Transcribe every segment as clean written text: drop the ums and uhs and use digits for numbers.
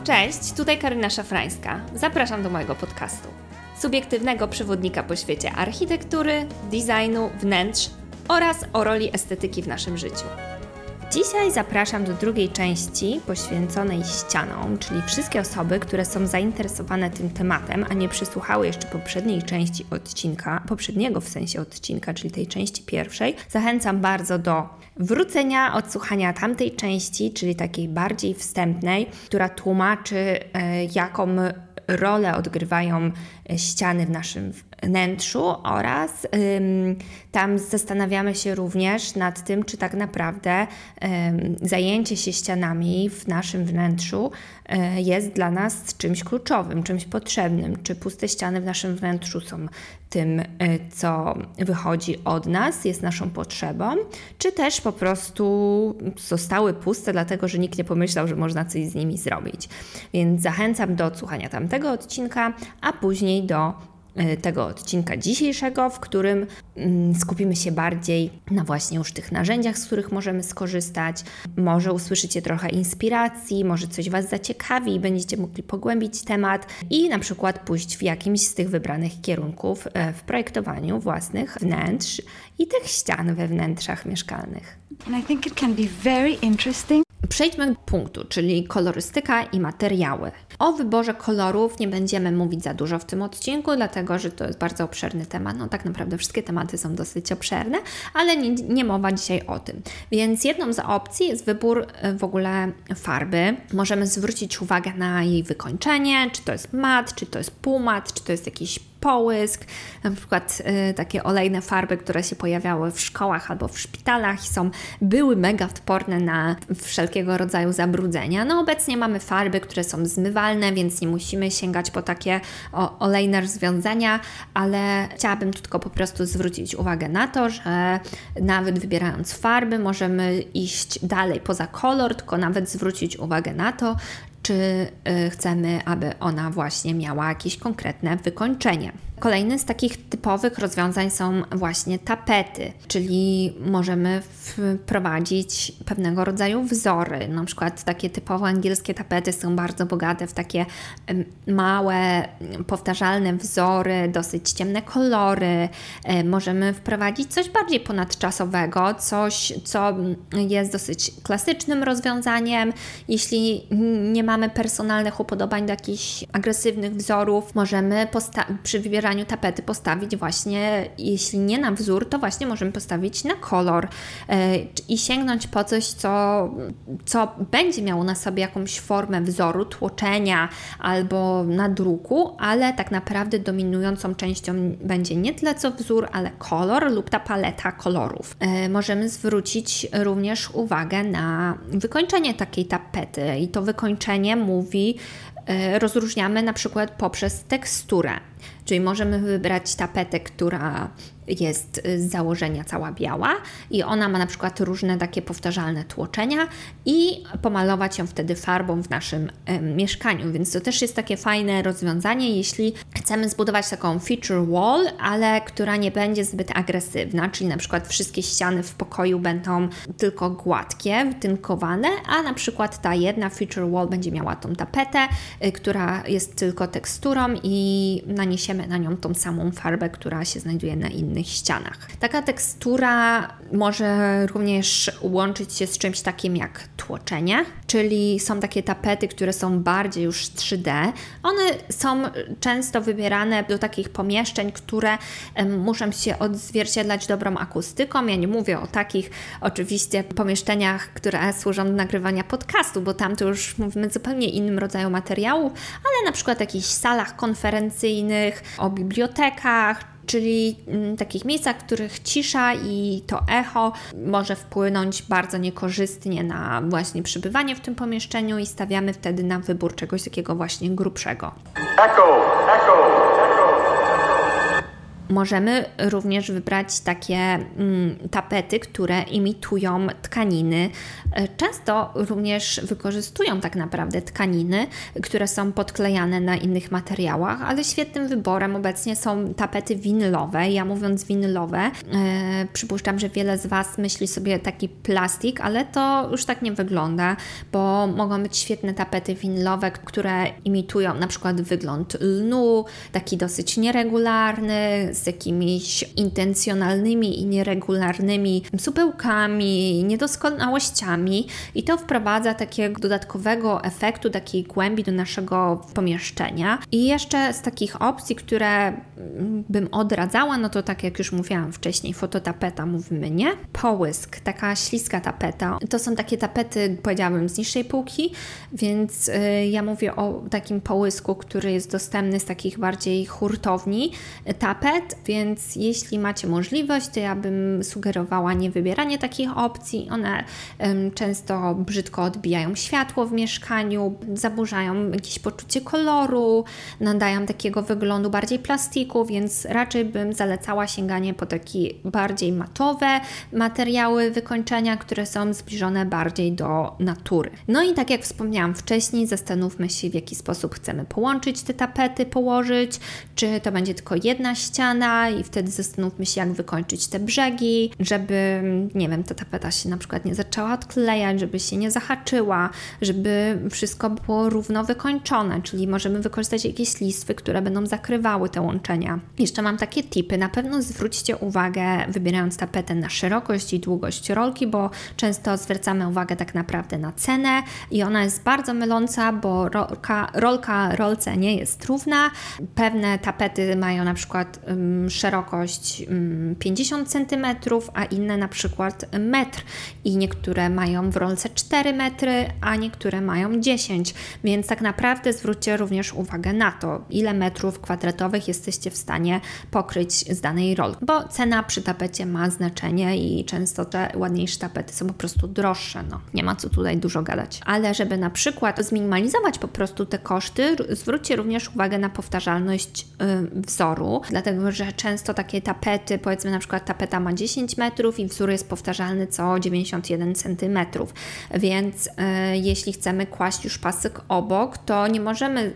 Cześć, tutaj Karolina Szafrańska. Zapraszam do mojego podcastu. Subiektywnego przewodnika po świecie architektury, designu, wnętrz oraz o roli estetyki w naszym życiu. Dzisiaj zapraszam do drugiej części poświęconej ścianom, czyli wszystkie osoby, które są zainteresowane tym tematem, a nie przysłuchały jeszcze poprzedniej części poprzedniego odcinka, czyli tej części pierwszej. Zachęcam bardzo do wrócenia, odsłuchania tamtej części, czyli takiej bardziej wstępnej, która tłumaczy, jaką rolę odgrywają ściany w naszym wnętrzu oraz tam zastanawiamy się również nad tym, czy tak naprawdę zajęcie się ścianami w naszym wnętrzu jest dla nas czymś kluczowym, czymś potrzebnym, czy puste ściany w naszym wnętrzu są tym, co wychodzi od nas, jest naszą potrzebą, czy też po prostu zostały puste, dlatego że nikt nie pomyślał, że można coś z nimi zrobić. Więc zachęcam do odsłuchania tamtego odcinka, a później do tego odcinka dzisiejszego, w którym skupimy się bardziej na właśnie już tych narzędziach, z których możemy skorzystać. Może usłyszycie trochę inspiracji, może coś Was zaciekawi i będziecie mogli pogłębić temat i na przykład pójść w jakimś z tych wybranych kierunków w projektowaniu własnych wnętrz i tych ścian we wnętrzach mieszkalnych. And I think it can be very interesting. Przejdźmy do punktu, czyli kolorystyka i materiały. O wyborze kolorów nie będziemy mówić za dużo w tym odcinku, dlatego że to jest bardzo obszerny temat. No tak naprawdę wszystkie tematy są dosyć obszerne, ale nie mowa dzisiaj o tym. Więc jedną z opcji jest wybór w ogóle farby. Możemy zwrócić uwagę na jej wykończenie, czy to jest mat, czy to jest półmat, czy to jest jakiś połysk, na przykład takie olejne farby, które się pojawiały w szkołach albo w szpitalach i były mega odporne na wszelkiego rodzaju zabrudzenia. No obecnie mamy farby, które są zmywalne, więc nie musimy sięgać po takie olejne rozwiązania, ale chciałabym tu tylko po prostu zwrócić uwagę na to, że nawet wybierając farby możemy iść dalej poza kolor, tylko nawet zwrócić uwagę na to, czy chcemy, aby ona właśnie miała jakieś konkretne wykończenie. Kolejny z takich typowych rozwiązań są właśnie tapety, czyli możemy wprowadzić pewnego rodzaju wzory. Na przykład takie typowo angielskie tapety są bardzo bogate w takie małe, powtarzalne wzory, dosyć ciemne kolory. Możemy wprowadzić coś bardziej ponadczasowego, coś, co jest dosyć klasycznym rozwiązaniem. Jeśli nie mamy personalnych upodobań do jakichś agresywnych wzorów, możemy przy wybieraniu tapety postawić właśnie, jeśli nie na wzór, to właśnie możemy postawić na kolor i sięgnąć po coś, co będzie miało na sobie jakąś formę wzoru, tłoczenia albo nadruku, ale tak naprawdę dominującą częścią będzie nie tyle co wzór, ale kolor lub ta paleta kolorów. Możemy zwrócić również uwagę na wykończenie takiej tapety i to wykończenie rozróżniamy na przykład poprzez teksturę. Czyli możemy wybrać tapetę, która jest z założenia cała biała i ona ma na przykład różne takie powtarzalne tłoczenia i pomalować ją wtedy farbą w naszym mieszkaniu. Więc to też jest takie fajne rozwiązanie, jeśli chcemy zbudować taką feature wall, ale która nie będzie zbyt agresywna, czyli na przykład wszystkie ściany w pokoju będą tylko gładkie, wytynkowane, a na przykład ta jedna feature wall będzie miała tą tapetę, która jest tylko teksturą i naniesiemy na nią tą samą farbę, która się znajduje na innych ścianach. Taka tekstura może również łączyć się z czymś takim jak tłoczenie, czyli są takie tapety, które są bardziej już 3D. One są często wybierane do takich pomieszczeń, które muszą się odzwierciedlać dobrą akustyką. Ja nie mówię o takich oczywiście pomieszczeniach, które służą do nagrywania podcastu, bo tam to już mówimy zupełnie innym rodzaju materiałów, ale na przykład w jakichś salach konferencyjnych, o bibliotekach, czyli takich miejscach, w których cisza i to echo może wpłynąć bardzo niekorzystnie na właśnie przebywanie w tym pomieszczeniu i stawiamy wtedy na wybór czegoś takiego właśnie grubszego. Echo, echo, echo. Możemy również wybrać takie tapety, które imitują tkaniny. Często również wykorzystują tak naprawdę tkaniny, które są podklejane na innych materiałach, ale świetnym wyborem obecnie są tapety winylowe. Ja mówiąc winylowe, przypuszczam, że wiele z Was myśli sobie taki plastik, ale to już tak nie wygląda, bo mogą być świetne tapety winylowe, które imitują na przykład wygląd lnu, taki dosyć nieregularny, z jakimiś intencjonalnymi i nieregularnymi supełkami, niedoskonałościami i to wprowadza takiego dodatkowego efektu, takiej głębi do naszego pomieszczenia. I jeszcze z takich opcji, które bym odradzała, no to tak jak już mówiłam wcześniej, fototapeta mówimy nie. Połysk, taka śliska tapeta. To są takie tapety, powiedziałabym, z niższej półki, więc ja mówię o takim połysku, który jest dostępny z takich bardziej hurtowni tapet, więc jeśli macie możliwość, to ja bym sugerowała nie wybieranie takich opcji. One często brzydko odbijają światło w mieszkaniu, zaburzają jakieś poczucie koloru, nadają takiego wyglądu bardziej plastiku, więc raczej bym zalecała sięganie po takie bardziej matowe materiały wykończenia, które są zbliżone bardziej do natury. No i tak jak wspomniałam wcześniej, zastanówmy się, w jaki sposób chcemy połączyć te tapety, położyć, czy to będzie tylko jedna ściana i wtedy zastanówmy się, jak wykończyć te brzegi, żeby, nie wiem, ta tapeta się na przykład nie zaczęła odklejać, żeby się nie zahaczyła, żeby wszystko było równo wykończone, czyli możemy wykorzystać jakieś listwy, które będą zakrywały te łączenia. Jeszcze mam takie tipy. Na pewno zwróćcie uwagę, wybierając tapetę, na szerokość i długość rolki, bo często zwracamy uwagę tak naprawdę na cenę i ona jest bardzo myląca, bo rolka rolce nie jest równa. Pewne tapety mają na przykład szerokość 50 cm, a inne na przykład metr i niektóre mają w rolce 4 metry, a niektóre mają 10, więc tak naprawdę zwróćcie również uwagę na to, ile metrów kwadratowych jesteście w stanie pokryć z danej rolki, bo cena przy tapecie ma znaczenie i często te ładniejsze tapety są po prostu droższe, no nie ma co tutaj dużo gadać. Ale żeby na przykład zminimalizować po prostu te koszty, zwróćcie również uwagę na powtarzalność wzoru, dlatego że często takie tapety, powiedzmy na przykład tapeta ma 10 metrów i wzór jest powtarzalny co 91 cm, więc jeśli chcemy kłaść już pasek obok, to nie możemy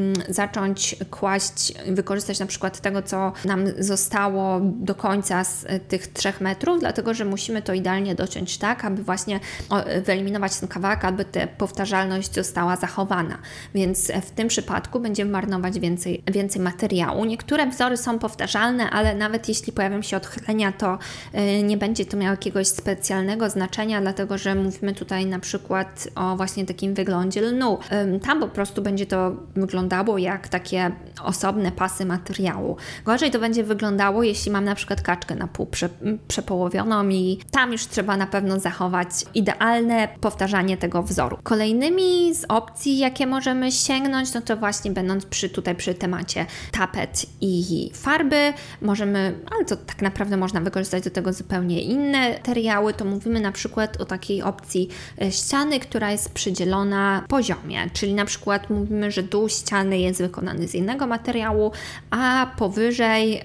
zacząć wykorzystać na przykład tego, co nam zostało do końca z tych 3 metrów, dlatego że musimy to idealnie dociąć tak, aby właśnie wyeliminować ten kawałek, aby ta powtarzalność została zachowana. Więc w tym przypadku będziemy marnować więcej materiału. Niektóre wzory są powtarzalne, ale nawet jeśli pojawią się odchylenia, to nie będzie to miało jakiegoś specjalnego znaczenia, dlatego że mówimy tutaj na przykład o właśnie takim wyglądzie lnu. Tam po prostu będzie to wyglądało jak takie osobne pasy materiału. Gorzej to będzie wyglądało, jeśli mam na przykład kaczkę na pół przepołowioną i tam już trzeba na pewno zachować idealne powtarzanie tego wzoru. Kolejnymi z opcji, jakie możemy sięgnąć, no to właśnie będąc przy temacie tapet i farby, ale to tak naprawdę można wykorzystać do tego zupełnie inne materiały, to mówimy na przykład o takiej opcji ściany, która jest przydzielona poziomie, czyli na przykład mówimy, że dół ściany jest wykonany z innego materiału, a powyżej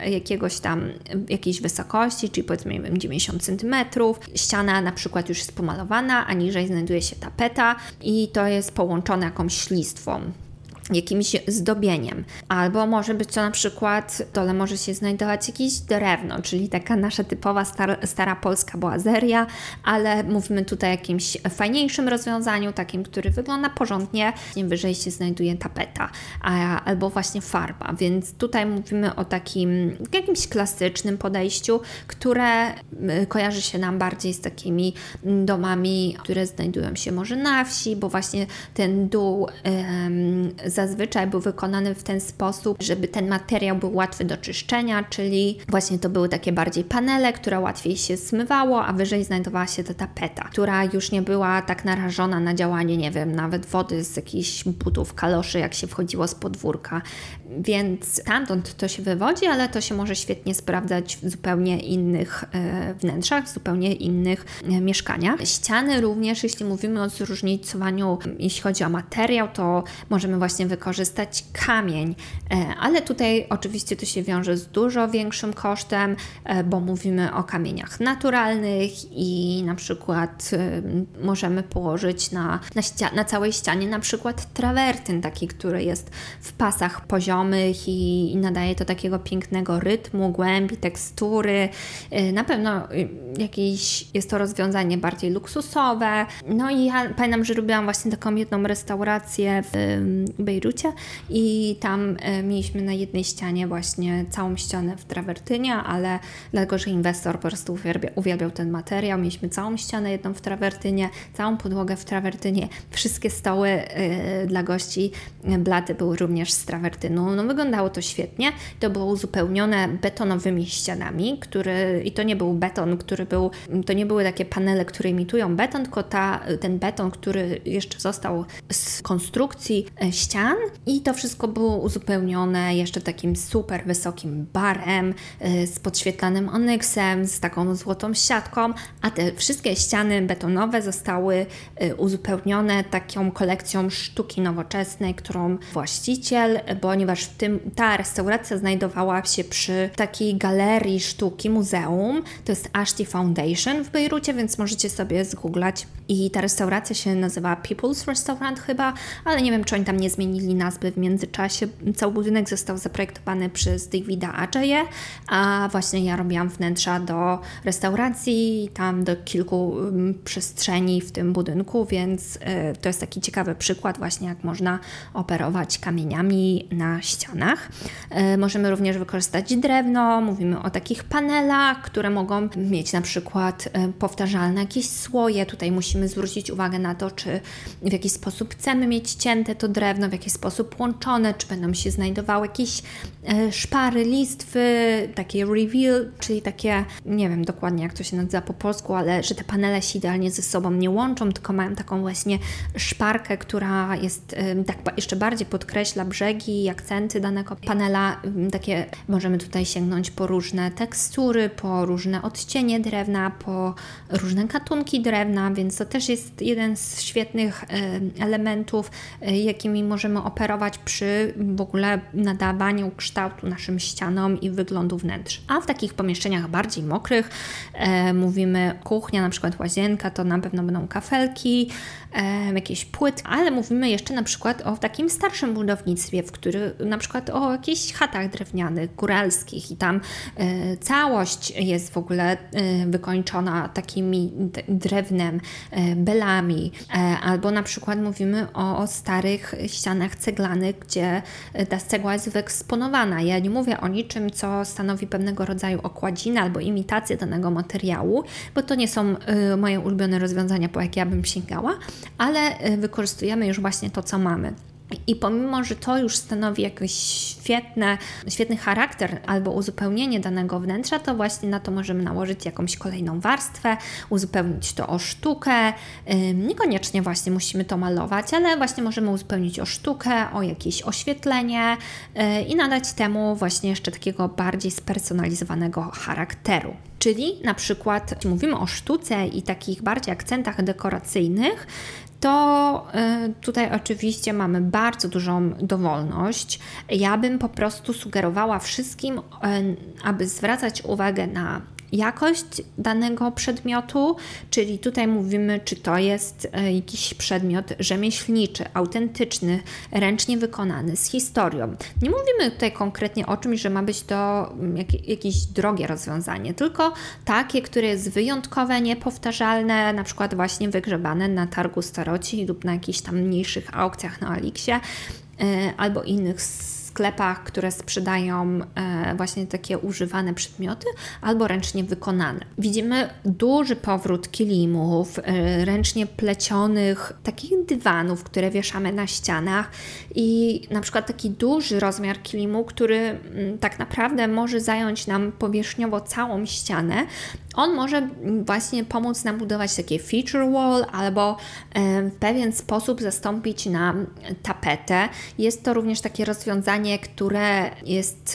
jakiejś wysokości, czyli powiedzmy 90 cm, ściana na przykład już jest pomalowana, a niżej znajduje się tapeta i to jest połączone jakąś listwą, jakimś zdobieniem. Albo może być to na przykład, w dole może się znajdować jakieś drewno, czyli taka nasza typowa stara polska boazeria, ale mówimy tutaj o jakimś fajniejszym rozwiązaniu, takim, który wygląda porządnie. Wyżej się znajduje tapeta albo właśnie farba, więc tutaj mówimy o takim jakimś klasycznym podejściu, które kojarzy się nam bardziej z takimi domami, które znajdują się może na wsi, bo właśnie ten dół zazwyczaj był wykonany w ten sposób, żeby ten materiał był łatwy do czyszczenia, czyli właśnie to były takie bardziej panele, które łatwiej się zmywało, a wyżej znajdowała się ta tapeta, która już nie była tak narażona na działanie, nie wiem, nawet wody z jakichś butów, kaloszy, jak się wchodziło z podwórka. Więc stamtąd to się wywodzi, ale to się może świetnie sprawdzać w zupełnie innych wnętrzach, w zupełnie innych mieszkaniach. Ściany również, jeśli mówimy o zróżnicowaniu, jeśli chodzi o materiał, to możemy właśnie wykorzystać kamień, ale tutaj oczywiście to się wiąże z dużo większym kosztem, bo mówimy o kamieniach naturalnych i na przykład możemy położyć na całej ścianie na przykład trawertyn, taki, który jest w pasach poziomych i nadaje to takiego pięknego rytmu, głębi, tekstury. Na pewno jest to rozwiązanie bardziej luksusowe. No i ja pamiętam, że robiłam właśnie taką jedną restaurację w Bejrucie i tam mieliśmy na jednej ścianie właśnie całą ścianę w trawertynie, ale dlatego, że inwestor po prostu uwielbiał ten materiał, mieliśmy całą ścianę jedną w trawertynie, całą podłogę w trawertynie, wszystkie stoły dla gości, blaty były również z trawertynu. No wyglądało to świetnie, to było uzupełnione betonowymi ścianami, i to nie był beton, to nie były takie panele, które imitują beton, tylko ten beton, który jeszcze został z konstrukcji ścian i to wszystko było uzupełnione jeszcze takim super wysokim barem z podświetlanym onyksem, z taką złotą siatką, a te wszystkie ściany betonowe zostały uzupełnione taką kolekcją sztuki nowoczesnej, którą właściciel, ponieważ ta restauracja znajdowała się przy takiej galerii sztuki, muzeum, to jest Ashti Foundation w Bejrucie, więc możecie sobie zgooglać. I ta restauracja się nazywa People's Restaurant chyba, ale nie wiem, czy oni tam nie zmienili nazwy w międzyczasie. Cały budynek został zaprojektowany przez Davida Adjaye, a właśnie ja robiłam wnętrza do restauracji, tam do kilku przestrzeni w tym budynku, więc to jest taki ciekawy przykład właśnie, jak można operować kamieniami na ścianach. Możemy również wykorzystać drewno, mówimy o takich panelach, które mogą mieć na przykład powtarzalne jakieś słoje. Tutaj musimy zwrócić uwagę na to, czy w jaki sposób chcemy mieć cięte to drewno, w jaki sposób łączone, czy będą się znajdowały jakieś szpary, listwy, takie reveal, czyli takie, nie wiem dokładnie jak to się nazywa po polsku, ale że te panele się idealnie ze sobą nie łączą, tylko mają taką właśnie szparkę, która jest tak jeszcze bardziej podkreśla brzegi i akcenty danego panela. Takie możemy tutaj sięgnąć po różne tekstury, po różne odcienie drewna, po różne gatunki drewna, więc to też jest jeden z świetnych elementów, jakimi możemy operować przy w ogóle nadawaniu kształtu naszym ścianom i wyglądu wnętrz. A w takich pomieszczeniach bardziej mokrych mówimy kuchnia, na przykład łazienka, to na pewno będą kafelki, jakieś płyty, ale mówimy jeszcze na przykład o takim starszym budownictwie, na przykład o jakichś chatach drewnianych, góralskich i tam całość jest w ogóle wykończona takimi drewnem, belami, albo na przykład mówimy o starych ścianach ceglanych, gdzie ta cegła jest wyeksponowana. Ja nie mówię o niczym, co stanowi pewnego rodzaju okładzinę albo imitację danego materiału, bo to nie są moje ulubione rozwiązania, po jakie ja bym sięgała, ale wykorzystujemy już właśnie to, co mamy. I pomimo, że to już stanowi jakiś świetny charakter albo uzupełnienie danego wnętrza, to właśnie na to możemy nałożyć jakąś kolejną warstwę, uzupełnić to o sztukę. Niekoniecznie właśnie musimy to malować, ale właśnie możemy uzupełnić o sztukę, o jakieś oświetlenie i nadać temu właśnie jeszcze takiego bardziej spersonalizowanego charakteru. Czyli na przykład mówimy o sztuce i takich bardziej akcentach dekoracyjnych, to tutaj oczywiście mamy bardzo dużą dowolność. Ja bym po prostu sugerowała wszystkim, aby zwracać uwagę na jakość danego przedmiotu, czyli tutaj mówimy, czy to jest jakiś przedmiot rzemieślniczy, autentyczny, ręcznie wykonany, z historią. Nie mówimy tutaj konkretnie o czymś, że ma być to jakieś drogie rozwiązanie, tylko takie, które jest wyjątkowe, niepowtarzalne, na przykład właśnie wygrzebane na targu staroci lub na jakichś tam mniejszych aukcjach na Alixie albo innych sklepach, które sprzedają właśnie takie używane przedmioty albo ręcznie wykonane. Widzimy duży powrót kilimów, ręcznie plecionych, takich dywanów, które wieszamy na ścianach i na przykład taki duży rozmiar kilimu, który tak naprawdę może zająć nam powierzchniowo całą ścianę. On może właśnie pomóc nam budować takie feature wall albo w pewien sposób zastąpić nam tapetę. Jest to również takie rozwiązanie, które jest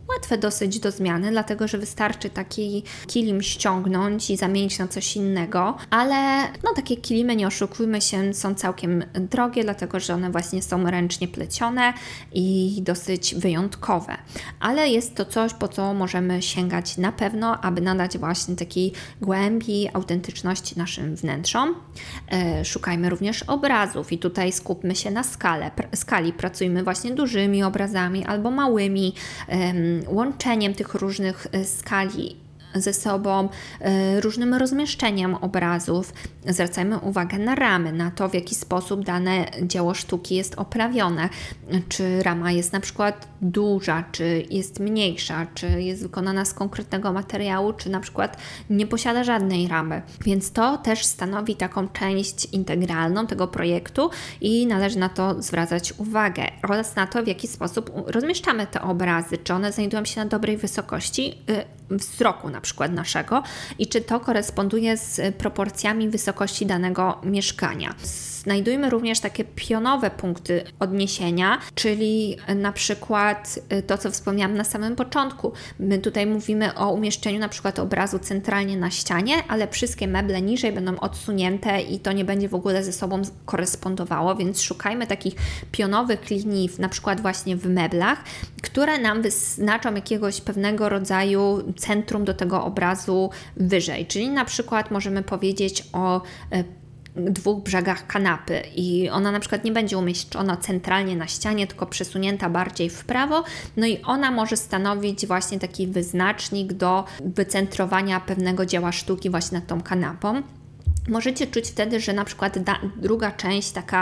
łatwe dosyć do zmiany, dlatego że wystarczy taki kilim ściągnąć i zamienić na coś innego, ale takie kilimy, nie oszukujmy się, są całkiem drogie, dlatego że one właśnie są ręcznie plecione i dosyć wyjątkowe. Ale jest to coś, po co możemy sięgać na pewno, aby nadać właśnie takiej głębi, autentyczności naszym wnętrzom. Szukajmy również obrazów i tutaj skupmy się na skali. Pracujmy właśnie dużymi obrazami albo małymi, łączeniem tych różnych skali ze sobą, różnym rozmieszczeniem obrazów. Zwracajmy uwagę na ramy, na to, w jaki sposób dane dzieło sztuki jest oprawione. Czy rama jest na przykład duża, czy jest mniejsza, czy jest wykonana z konkretnego materiału, czy na przykład nie posiada żadnej ramy. Więc to też stanowi taką część integralną tego projektu i należy na to zwracać uwagę oraz na to, w jaki sposób rozmieszczamy te obrazy, czy one znajdują się na dobrej wysokości wzroku na przykład naszego i czy to koresponduje z proporcjami wysokości danego mieszkania. Znajdujmy również takie pionowe punkty odniesienia, czyli na przykład to, co wspomniałam na samym początku. My tutaj mówimy o umieszczeniu na przykład obrazu centralnie na ścianie, ale wszystkie meble niżej będą odsunięte i to nie będzie w ogóle ze sobą korespondowało, więc szukajmy takich pionowych linii, na przykład właśnie w meblach, które nam wyznaczą jakiegoś pewnego rodzaju centrum do tego obrazu wyżej. Czyli na przykład możemy powiedzieć o dwóch brzegach kanapy i ona na przykład nie będzie umieszczona centralnie na ścianie, tylko przesunięta bardziej w prawo, no i ona może stanowić właśnie taki wyznacznik do wycentrowania pewnego dzieła sztuki właśnie nad tą kanapą. Możecie czuć wtedy, że na przykład druga część, taka,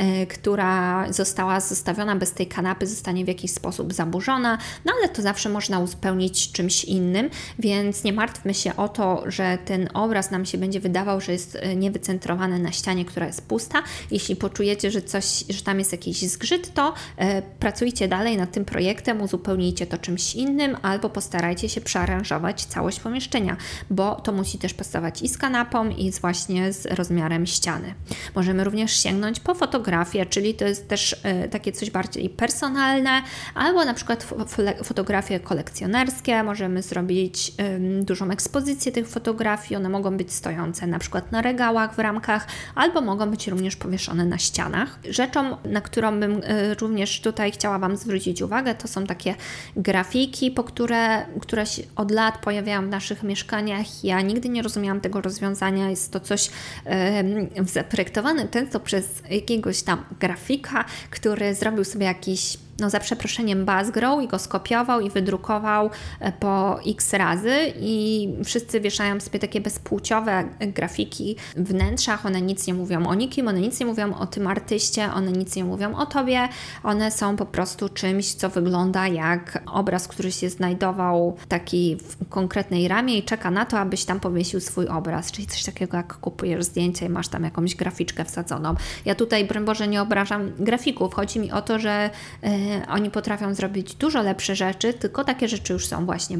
która została zostawiona bez tej kanapy, zostanie w jakiś sposób zaburzona, no ale to zawsze można uzupełnić czymś innym, więc nie martwmy się o to, że ten obraz nam się będzie wydawał, że jest niewycentrowany na ścianie, która jest pusta. Jeśli poczujecie, że tam jest jakiś zgrzyt, to pracujcie dalej nad tym projektem, uzupełnijcie to czymś innym albo postarajcie się przearanżować całość pomieszczenia, bo to musi też pasować i z kanapą, i właśnie z rozmiarem ściany. Możemy również sięgnąć po fotografię, czyli to jest też takie coś bardziej personalne, albo na przykład fotografie kolekcjonerskie. Możemy zrobić dużą ekspozycję tych fotografii. One mogą być stojące na przykład na regałach w ramkach, albo mogą być również powieszone na ścianach. Rzeczą, na którą bym również tutaj chciała Wam zwrócić uwagę, to są takie grafiki, które się od lat pojawiają w naszych mieszkaniach. Ja nigdy nie rozumiałam tego rozwiązania. Jest to coś zaprojektowane często przez jakiegoś tam grafika, który zrobił sobie jakiś, za przeproszeniem, buzzgrow i go skopiował i wydrukował po x razy i wszyscy wieszają sobie takie bezpłciowe grafiki w wnętrzach. One nic nie mówią o nikim, one nic nie mówią o tym artyście, one nic nie mówią o Tobie. One są po prostu czymś, co wygląda jak obraz, który się znajdował taki w konkretnej ramie i czeka na to, abyś tam powiesił swój obraz. Czyli coś takiego, jak kupujesz zdjęcie i masz tam jakąś graficzkę wsadzoną. Ja tutaj, broń Boże, nie obrażam grafików. Chodzi mi o to, że oni potrafią zrobić dużo lepsze rzeczy, tylko takie rzeczy już są właśnie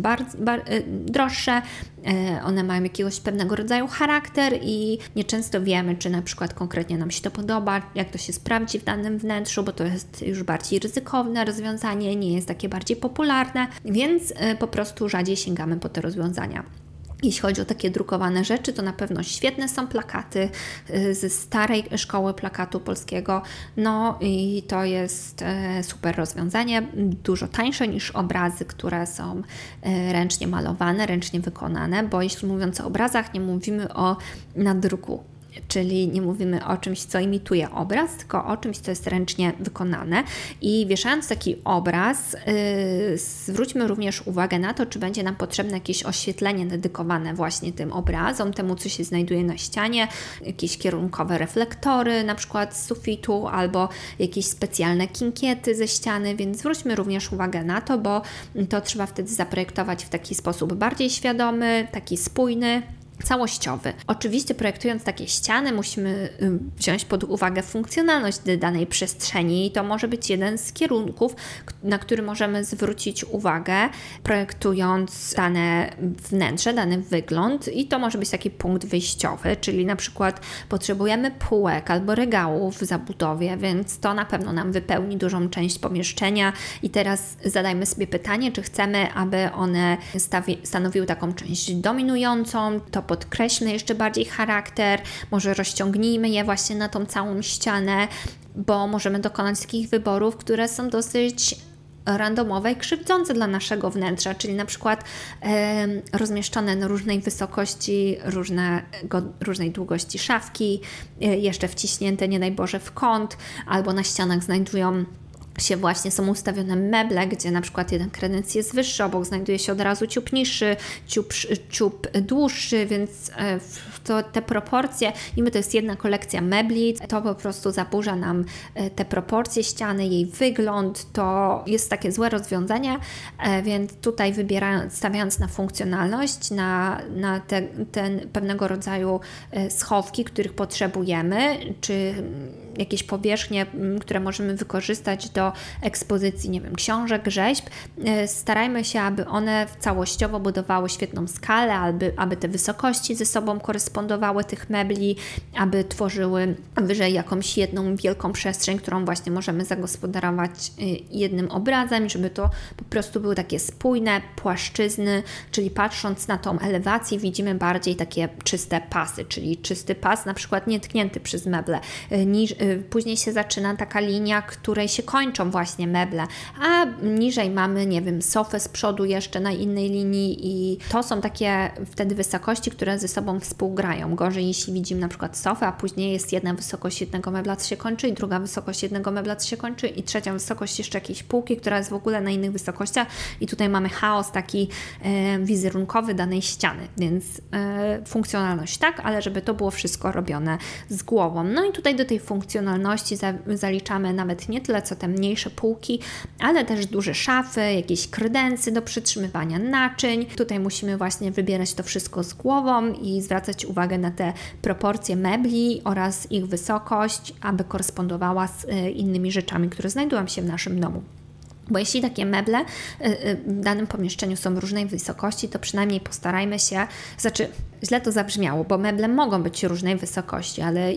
droższe, one mają jakiegoś pewnego rodzaju charakter i nieczęsto wiemy, czy na przykład konkretnie nam się to podoba, jak to się sprawdzi w danym wnętrzu, bo to jest już bardziej ryzykowne rozwiązanie, nie jest takie bardziej popularne, więc po prostu rzadziej sięgamy po te rozwiązania. Jeśli chodzi o takie drukowane rzeczy, to na pewno świetne są plakaty ze starej szkoły plakatu polskiego. No i to jest super rozwiązanie, dużo tańsze niż obrazy, które są ręcznie malowane, ręcznie wykonane, bo jeśli mówiąc o obrazach, nie mówimy o nadruku. Czyli nie mówimy o czymś, co imituje obraz, tylko o czymś, co jest ręcznie wykonane. I wieszając taki obraz, zwróćmy również uwagę na to, czy będzie nam potrzebne jakieś oświetlenie dedykowane właśnie tym obrazom, temu, co się znajduje na ścianie, jakieś kierunkowe reflektory, na przykład z sufitu, albo jakieś specjalne kinkiety ze ściany, więc zwróćmy również uwagę na to, bo to trzeba wtedy zaprojektować w taki sposób bardziej świadomy, taki spójny, całościowy. Oczywiście projektując takie ściany musimy wziąć pod uwagę funkcjonalność danej przestrzeni i to może być jeden z kierunków, na który możemy zwrócić uwagę projektując dane wnętrze, dany wygląd i to może być taki punkt wyjściowy, czyli na przykład potrzebujemy półek albo regałów w zabudowie, więc to na pewno nam wypełni dużą część pomieszczenia i teraz zadajmy sobie pytanie, czy chcemy, aby one stanowiły taką część dominującą, to podkreślmy jeszcze bardziej charakter, może rozciągnijmy je właśnie na tą całą ścianę, bo możemy dokonać takich wyborów, które są dosyć randomowe i krzywdzące dla naszego wnętrza, czyli na przykład rozmieszczone na różnej wysokości, różnej długości szafki, jeszcze wciśnięte nie daj Boże w kąt, albo na ścianach są ustawione meble, gdzie na przykład jeden kredens jest wyższy, obok znajduje się od razu ciup niższy, ciup dłuższy, więc te proporcje, to jest jedna kolekcja mebli, to po prostu zaburza nam te proporcje ściany, jej wygląd, to jest takie złe rozwiązanie, więc tutaj stawiając na funkcjonalność, na ten pewnego rodzaju schowki, których potrzebujemy, czy jakieś powierzchnie, które możemy wykorzystać do ekspozycji, nie wiem, książek, rzeźb. Starajmy się, aby one całościowo budowały świetną skalę, aby te wysokości ze sobą korespondowały tych mebli, aby tworzyły wyżej jakąś jedną wielką przestrzeń, którą właśnie możemy zagospodarować jednym obrazem, żeby to po prostu były takie spójne płaszczyzny, czyli patrząc na tą elewację widzimy bardziej takie czyste pasy, czyli czysty pas, na przykład nietknięty przez meble. Później się zaczyna taka linia, której się kończą właśnie meble, a niżej mamy, nie wiem, sofę z przodu jeszcze na innej linii i to są takie wtedy wysokości, które ze sobą współgrają. Gorzej, jeśli widzimy na przykład sofę, a później jest jedna wysokość jednego mebla, co się kończy i druga wysokość jednego mebla, co się kończy i trzecia wysokość jeszcze jakiejś półki, która jest w ogóle na innych wysokościach i tutaj mamy chaos taki wizerunkowy danej ściany, więc funkcjonalność tak, ale żeby to było wszystko robione z głową. No i tutaj do tej funkcjonalności zaliczamy nawet nie tyle co te mniejsze półki, ale też duże szafy, jakieś kredensy do przytrzymywania naczyń. Tutaj musimy właśnie wybierać to wszystko z głową i zwracać uwagę na te proporcje mebli oraz ich wysokość, aby korespondowała z innymi rzeczami, które znajdują się w naszym domu. Bo jeśli takie meble w danym pomieszczeniu są różnej wysokości, to przynajmniej postarajmy się, źle to zabrzmiało, bo meble mogą być różnej wysokości, ale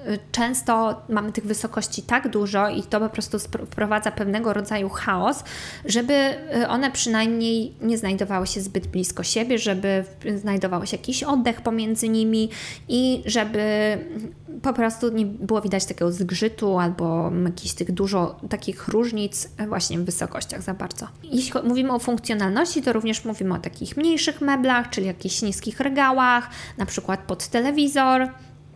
często mamy tych wysokości tak dużo i to po prostu wprowadza pewnego rodzaju chaos, żeby one przynajmniej nie znajdowały się zbyt blisko siebie, żeby znajdował się jakiś oddech pomiędzy nimi i żeby po prostu nie było widać takiego zgrzytu albo jakichś tych dużo takich różnic właśnie w wysokościach za bardzo. Jeśli mówimy o funkcjonalności, to również mówimy o takich mniejszych meblach, czyli jakichś niskich regałach, na przykład pod telewizor,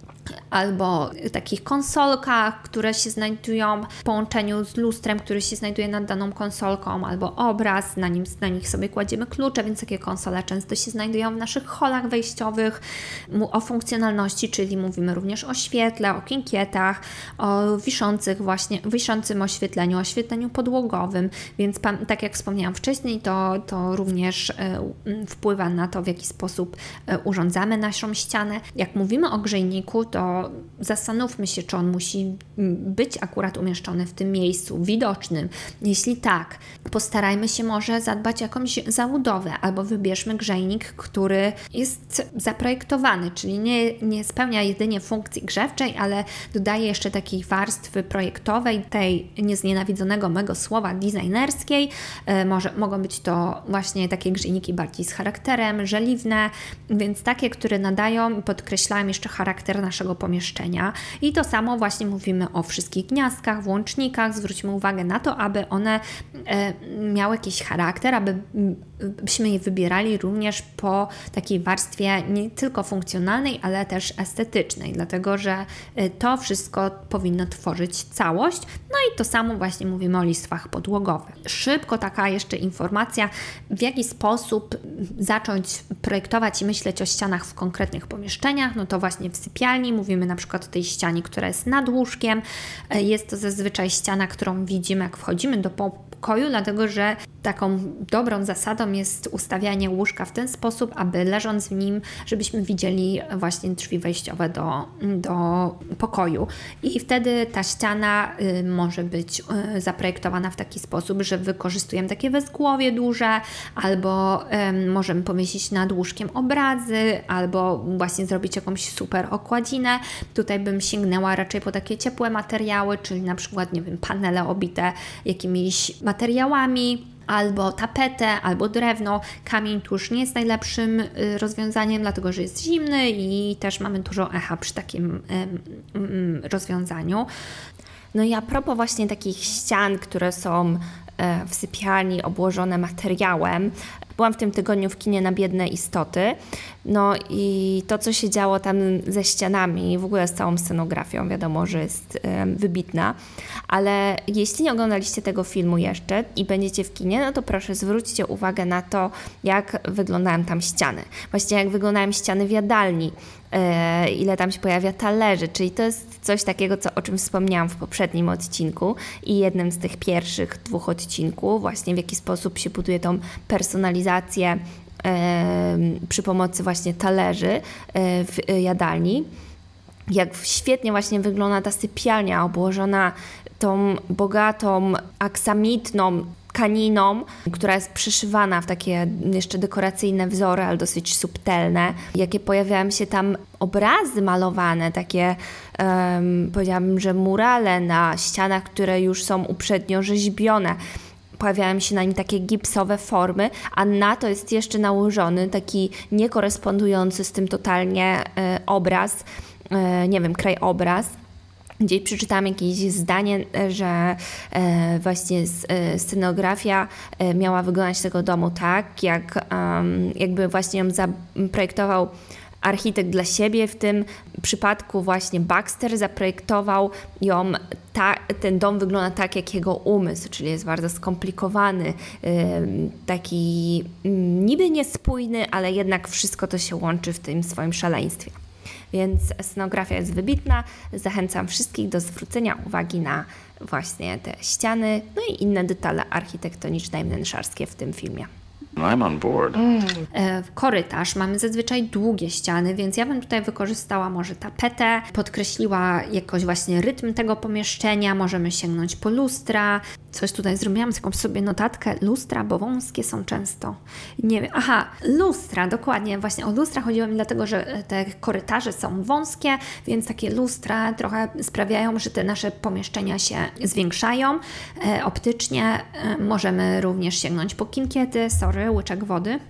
albo takich konsolkach, które się znajdują w połączeniu z lustrem, który się znajduje nad daną konsolką, albo obraz, na nich sobie kładziemy klucze, więc takie konsole często się znajdują w naszych holach wejściowych. O funkcjonalności, czyli mówimy również o świetle, o kinkietach, o wiszącym oświetleniu podłogowym, więc tak jak wspomniałam wcześniej, to również wpływa na to, w jaki sposób urządzamy naszą ścianę. Jak mówimy o grzejniku, to zastanówmy się, czy on musi być akurat umieszczony w tym miejscu widocznym. Jeśli tak, postarajmy się może zadbać o jakąś zabudowę albo wybierzmy grzejnik, który jest zaprojektowany, czyli nie spełnia jedynie funkcji grzewczej, ale dodaje jeszcze takiej warstwy projektowej, tej nieznienawidzonego mego słowa designerskiej. Mogą być to właśnie takie grzejniki bardziej z charakterem, żeliwne, więc takie, które nadają i podkreślają jeszcze charakter naszego pomieszczenia. I to samo właśnie mówimy o wszystkich gniazdkach, włącznikach. Zwróćmy uwagę na to, aby one miały jakiś charakter, abyśmy je wybierali również po takiej warstwie nie tylko funkcjonalnej, ale też estetycznej, dlatego że to wszystko powinno tworzyć całość. No i to samo właśnie mówimy o listwach podłogowych. Szybko taka jeszcze informacja, w jaki sposób zacząć projektować i myśleć o ścianach w konkretnych pomieszczeniach. No to właśnie w sypialni mówimy na przykład o tej ścianie, która jest nad łóżkiem. Jest to zazwyczaj ściana, którą widzimy, jak wchodzimy do pokoju, dlatego że taką dobrą zasadą jest ustawianie łóżka w ten sposób, aby leżąc w nim, żebyśmy widzieli właśnie drzwi wejściowe do pokoju. I wtedy ta ściana może być zaprojektowana w taki sposób, że wykorzystujemy takie wezgłowie duże, albo możemy powiesić nad łóżkiem obrazy, albo właśnie zrobić jakąś super okładzinę. Tutaj bym sięgnęła raczej po takie ciepłe materiały, czyli na przykład, nie wiem, panele obite jakimiś materiałami, albo tapetę, albo drewno. Kamień tu już nie jest najlepszym rozwiązaniem, dlatego że jest zimny i też mamy dużo echa przy takim rozwiązaniu. No i a propos właśnie takich ścian, które są w sypialni obłożone materiałem, byłam w tym tygodniu w kinie na Biedne istoty, no i to, co się działo tam ze ścianami, w ogóle z całą scenografią, wiadomo, że jest wybitna, ale jeśli nie oglądaliście tego filmu jeszcze i będziecie w kinie, no to proszę zwróćcie uwagę na to, jak wyglądają tam ściany. Właśnie jak wyglądają ściany w jadalni, ile tam się pojawia talerzy, czyli to jest coś takiego, o czym wspomniałam w poprzednim odcinku i jednym z tych pierwszych 2 odcinków, właśnie w jaki sposób się buduje tą personalizację przy pomocy właśnie talerzy w jadalni. Jak świetnie właśnie wygląda ta sypialnia obłożona tą bogatą, aksamitną tkaniną, która jest przyszywana w takie jeszcze dekoracyjne wzory, ale dosyć subtelne. Jakie pojawiają się tam obrazy malowane, takie powiedziałabym, że murale na ścianach, które już są uprzednio rzeźbione. Pojawiają się na nim takie gipsowe formy, a na to jest jeszcze nałożony taki niekorespondujący z tym totalnie obraz, nie wiem, krajobraz. Gdzieś przeczytałam jakieś zdanie, że właśnie scenografia miała wyglądać tego domu tak, jakby właśnie ją zaprojektował architekt dla siebie. W tym przypadku właśnie Baxter zaprojektował ją, ten dom wygląda tak jak jego umysł, czyli jest bardzo skomplikowany, taki niby niespójny, ale jednak wszystko to się łączy w tym swoim szaleństwie. Więc scenografia jest wybitna. Zachęcam wszystkich do zwrócenia uwagi na właśnie te ściany, no i inne detale architektoniczne i wnętrzarskie w tym filmie. I'm on board. Korytarz. Mamy zazwyczaj długie ściany, więc ja bym tutaj wykorzystała może tapetę, podkreśliła jakoś właśnie rytm tego pomieszczenia, możemy sięgnąć po lustra. Coś tutaj zrobiłam, jakąś sobie notatkę. Lustra, bo wąskie są często. Nie wiem. Aha, lustra, dokładnie. Właśnie o lustra chodziło mi, dlatego że te korytarze są wąskie, więc takie lustra trochę sprawiają, że te nasze pomieszczenia się zwiększają optycznie. Możemy również sięgnąć po kinkiety, łyczek wody.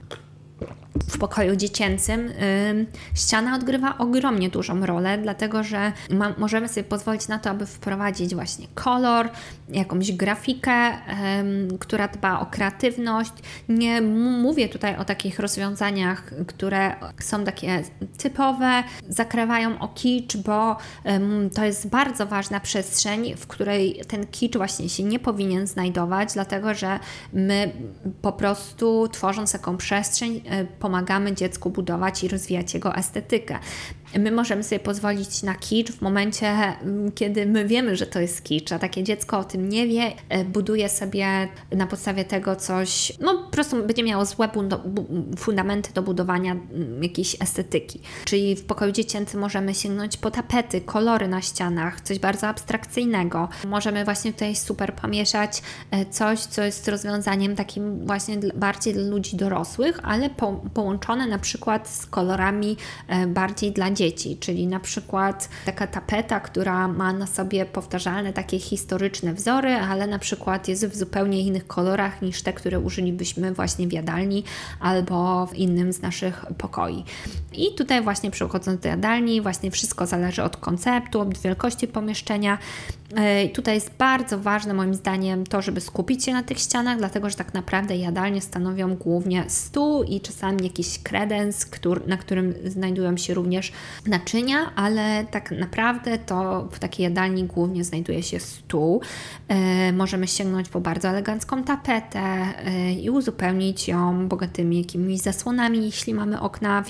W pokoju dziecięcym ściana odgrywa ogromnie dużą rolę, dlatego że możemy sobie pozwolić na to, aby wprowadzić właśnie kolor, jakąś grafikę, która dba o kreatywność. Nie mówię tutaj o takich rozwiązaniach, które są takie typowe, zakrawają o kicz, bo to jest bardzo ważna przestrzeń, w której ten kicz właśnie się nie powinien znajdować, dlatego że my po prostu, tworząc taką przestrzeń, pomagamy dziecku budować i rozwijać jego estetykę. My możemy sobie pozwolić na kicz w momencie, kiedy my wiemy, że to jest kicz, a takie dziecko o tym nie wie, buduje sobie na podstawie tego coś, no po prostu będzie miało złe fundamenty do budowania jakiejś estetyki. Czyli w pokoju dziecięcym możemy sięgnąć po tapety, kolory na ścianach, coś bardzo abstrakcyjnego. Możemy właśnie tutaj super pomieszać coś, co jest rozwiązaniem takim właśnie bardziej dla ludzi dorosłych, ale połączone na przykład z kolorami bardziej dla dzieci, czyli na przykład taka tapeta, która ma na sobie powtarzalne takie historyczne wzory, ale na przykład jest w zupełnie innych kolorach niż te, które użylibyśmy właśnie w jadalni albo w innym z naszych pokoi. I tutaj właśnie przechodząc do jadalni, właśnie wszystko zależy od konceptu, od wielkości pomieszczenia. Tutaj jest bardzo ważne moim zdaniem to, żeby skupić się na tych ścianach, dlatego że tak naprawdę jadalnie stanowią głównie stół i czasami jakiś kredens, na którym znajdują się również naczynia, ale tak naprawdę to w takiej jadalni głównie znajduje się stół. Możemy sięgnąć po bardzo elegancką tapetę i uzupełnić ją bogatymi jakimiś zasłonami, jeśli mamy okna w jadalni.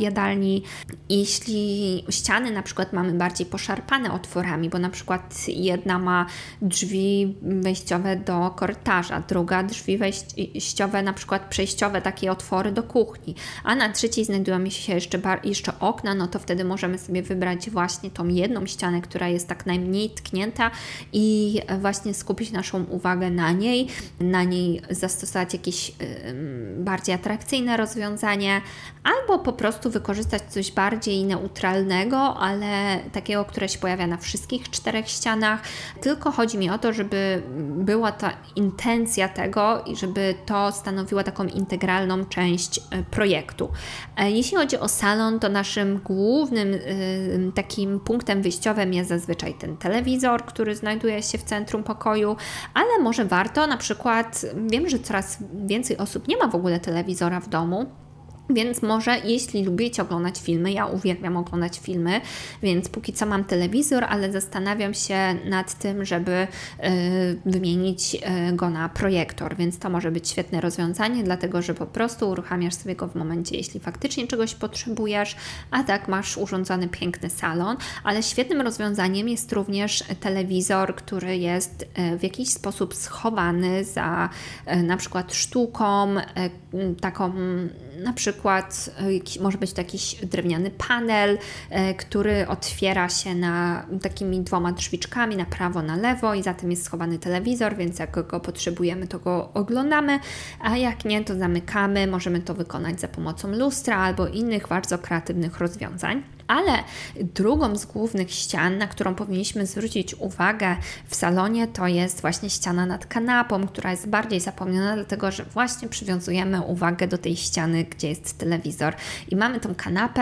ścianami. Jeśli ściany na przykład mamy bardziej poszarpane otworami, bo na przykład jedna ma drzwi wejściowe do korytarza, druga drzwi wejściowe, na przykład przejściowe, takie otwory do kuchni, a na trzeciej znajdują się jeszcze okna, no to wtedy możemy sobie wybrać właśnie tą jedną ścianę, która jest tak najmniej tknięta i właśnie skupić naszą uwagę na niej zastosować jakieś bardziej atrakcyjne rozwiązanie, albo po prostu wykorzystać coś bardziej neutralnego, ale takiego, które się pojawia na wszystkich 4 ścianach. Tylko chodzi mi o to, żeby była ta intencja tego i żeby to stanowiło taką integralną część projektu. Jeśli chodzi o salon, to naszym głównym takim punktem wyjściowym jest zazwyczaj ten telewizor, który znajduje się w centrum pokoju, ale może warto na przykład, wiem, że coraz więcej osób nie ma w ogóle telewizora w domu, więc może jeśli lubicie oglądać filmy, ja uwielbiam oglądać filmy, więc póki co mam telewizor, ale zastanawiam się nad tym, żeby wymienić go na projektor, więc to może być świetne rozwiązanie, dlatego że po prostu uruchamiasz sobie go w momencie, jeśli faktycznie czegoś potrzebujesz, a tak masz urządzony piękny salon, ale świetnym rozwiązaniem jest również telewizor, który jest w jakiś sposób schowany za na przykład sztuką, taką na przykład może być to jakiś drewniany panel, który otwiera się na takimi 2 drzwiczkami na prawo, na lewo i za tym jest schowany telewizor, więc jak go potrzebujemy, to go oglądamy, a jak nie, to zamykamy. Możemy to wykonać za pomocą lustra albo innych bardzo kreatywnych rozwiązań. Ale drugą z głównych ścian, na którą powinniśmy zwrócić uwagę w salonie, to jest właśnie ściana nad kanapą, która jest bardziej zapomniana, dlatego że właśnie przywiązujemy uwagę do tej ściany, gdzie jest telewizor i mamy tą kanapę,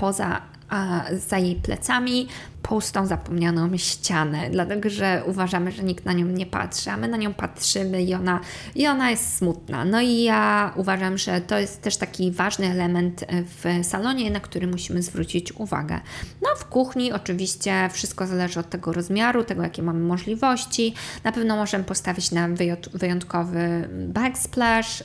a za jej plecami pustą, zapomnianą ścianę, dlatego że uważamy, że nikt na nią nie patrzy, a my na nią patrzymy i ona jest smutna. No i ja uważam, że to jest też taki ważny element w salonie, na który musimy zwrócić uwagę. No w kuchni oczywiście wszystko zależy od tego rozmiaru, tego jakie mamy możliwości. Na pewno możemy postawić na wyjątkowy backsplash,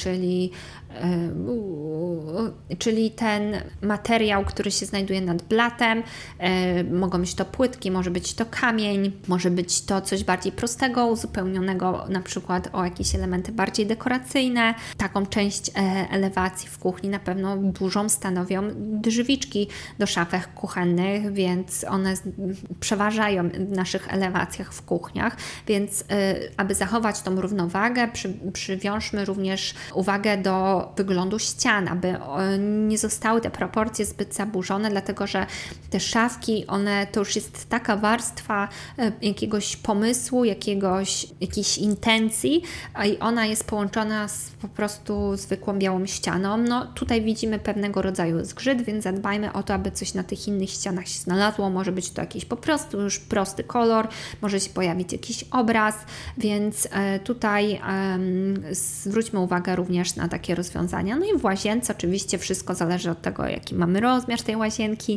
czyli ten materiał, który się znajduje nad blatem. Mogą być to płytki, może być to kamień, może być to coś bardziej prostego, uzupełnionego na przykład o jakieś elementy bardziej dekoracyjne. Taką część elewacji w kuchni na pewno dużą stanowią drzwiczki do szafek kuchennych, więc one przeważają w naszych elewacjach w kuchniach, więc aby zachować tą równowagę, przywiążmy również uwagę do wyglądu ścian, aby nie zostały te proporcje zbyt zaburzone, dlatego że te szafki, to już jest taka warstwa jakiegoś pomysłu, jakiejś intencji i ona jest połączona z po prostu zwykłą białą ścianą. No tutaj widzimy pewnego rodzaju zgrzyt, więc zadbajmy o to, aby coś na tych innych ścianach się znalazło. Może być to jakiś po prostu już prosty kolor, może się pojawić jakiś obraz, więc tutaj zwróćmy uwagę również na takie rozwiązania. No i w łazience oczywiście wszystko zależy od tego, jaki mamy rozmiar tej łazienki.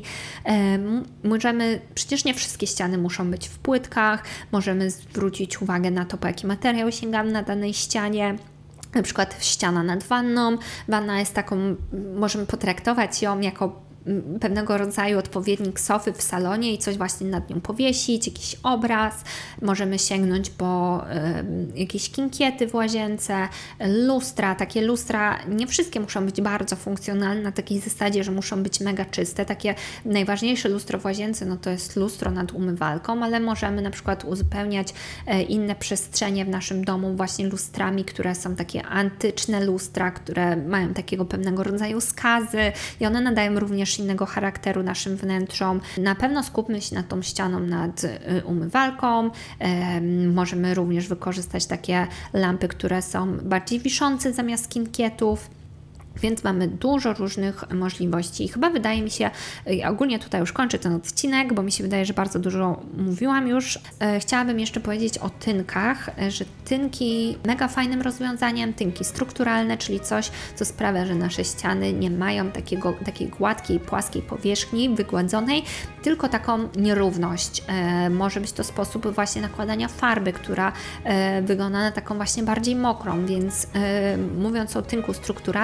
Przecież nie wszystkie ściany muszą być w płytkach, możemy zwrócić uwagę na to, po jaki materiał sięgamy na danej ścianie. Na przykład ściana nad wanną. Wanna jest taką, możemy potraktować ją jako pewnego rodzaju odpowiednik sofy w salonie i coś właśnie nad nią powiesić, jakiś obraz. Możemy sięgnąć po jakieś kinkiety w łazience, lustra. Takie lustra, nie wszystkie muszą być bardzo funkcjonalne na takiej zasadzie, że muszą być mega czyste. Takie najważniejsze lustro w łazience, no to jest lustro nad umywalką, ale możemy na przykład uzupełniać inne przestrzenie w naszym domu właśnie lustrami, które są takie antyczne lustra, które mają takiego pewnego rodzaju skazy i one nadają również innego charakteru naszym wnętrzom. Na pewno skupmy się nad tą ścianą nad umywalką. Możemy również wykorzystać takie lampy, które są bardziej wiszące zamiast kinkietów. Więc mamy dużo różnych możliwości i chyba wydaje mi się, ogólnie tutaj już kończę ten odcinek, bo mi się wydaje, że bardzo dużo mówiłam już. Chciałabym jeszcze powiedzieć o tynkach, że tynki mega fajnym rozwiązaniem, tynki strukturalne, czyli coś, co sprawia, że nasze ściany nie mają takiej gładkiej, płaskiej powierzchni, wygładzonej, tylko taką nierówność. Może być to sposób właśnie nakładania farby, która wygląda na taką właśnie bardziej mokrą, więc mówiąc o tynku strukturalnym,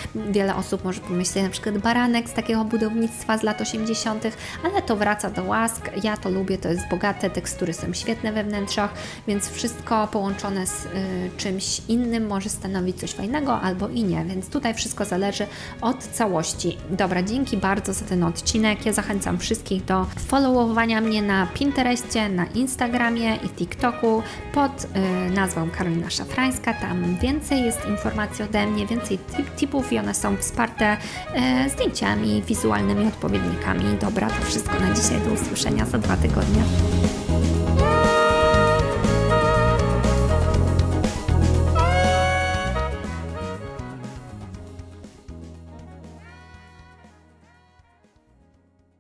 Wiele osób może pomyśleć na przykład baranek z takiego budownictwa z lat 80., ale to wraca do łask. Ja to lubię, to jest bogate, tekstury są świetne we wnętrzach, więc wszystko połączone z czymś innym może stanowić coś fajnego albo i nie, więc tutaj wszystko zależy od całości. Dobra, dzięki bardzo za ten odcinek. Ja zachęcam wszystkich do followowania mnie na Pinterestie, na Instagramie i TikToku pod nazwą Karolina Szafrańska. Tam więcej jest informacji ode mnie, więcej tipów i one są wsparte zdjęciami, wizualnymi odpowiednikami. Dobra, to wszystko na dzisiaj. Do usłyszenia za 2 tygodnie.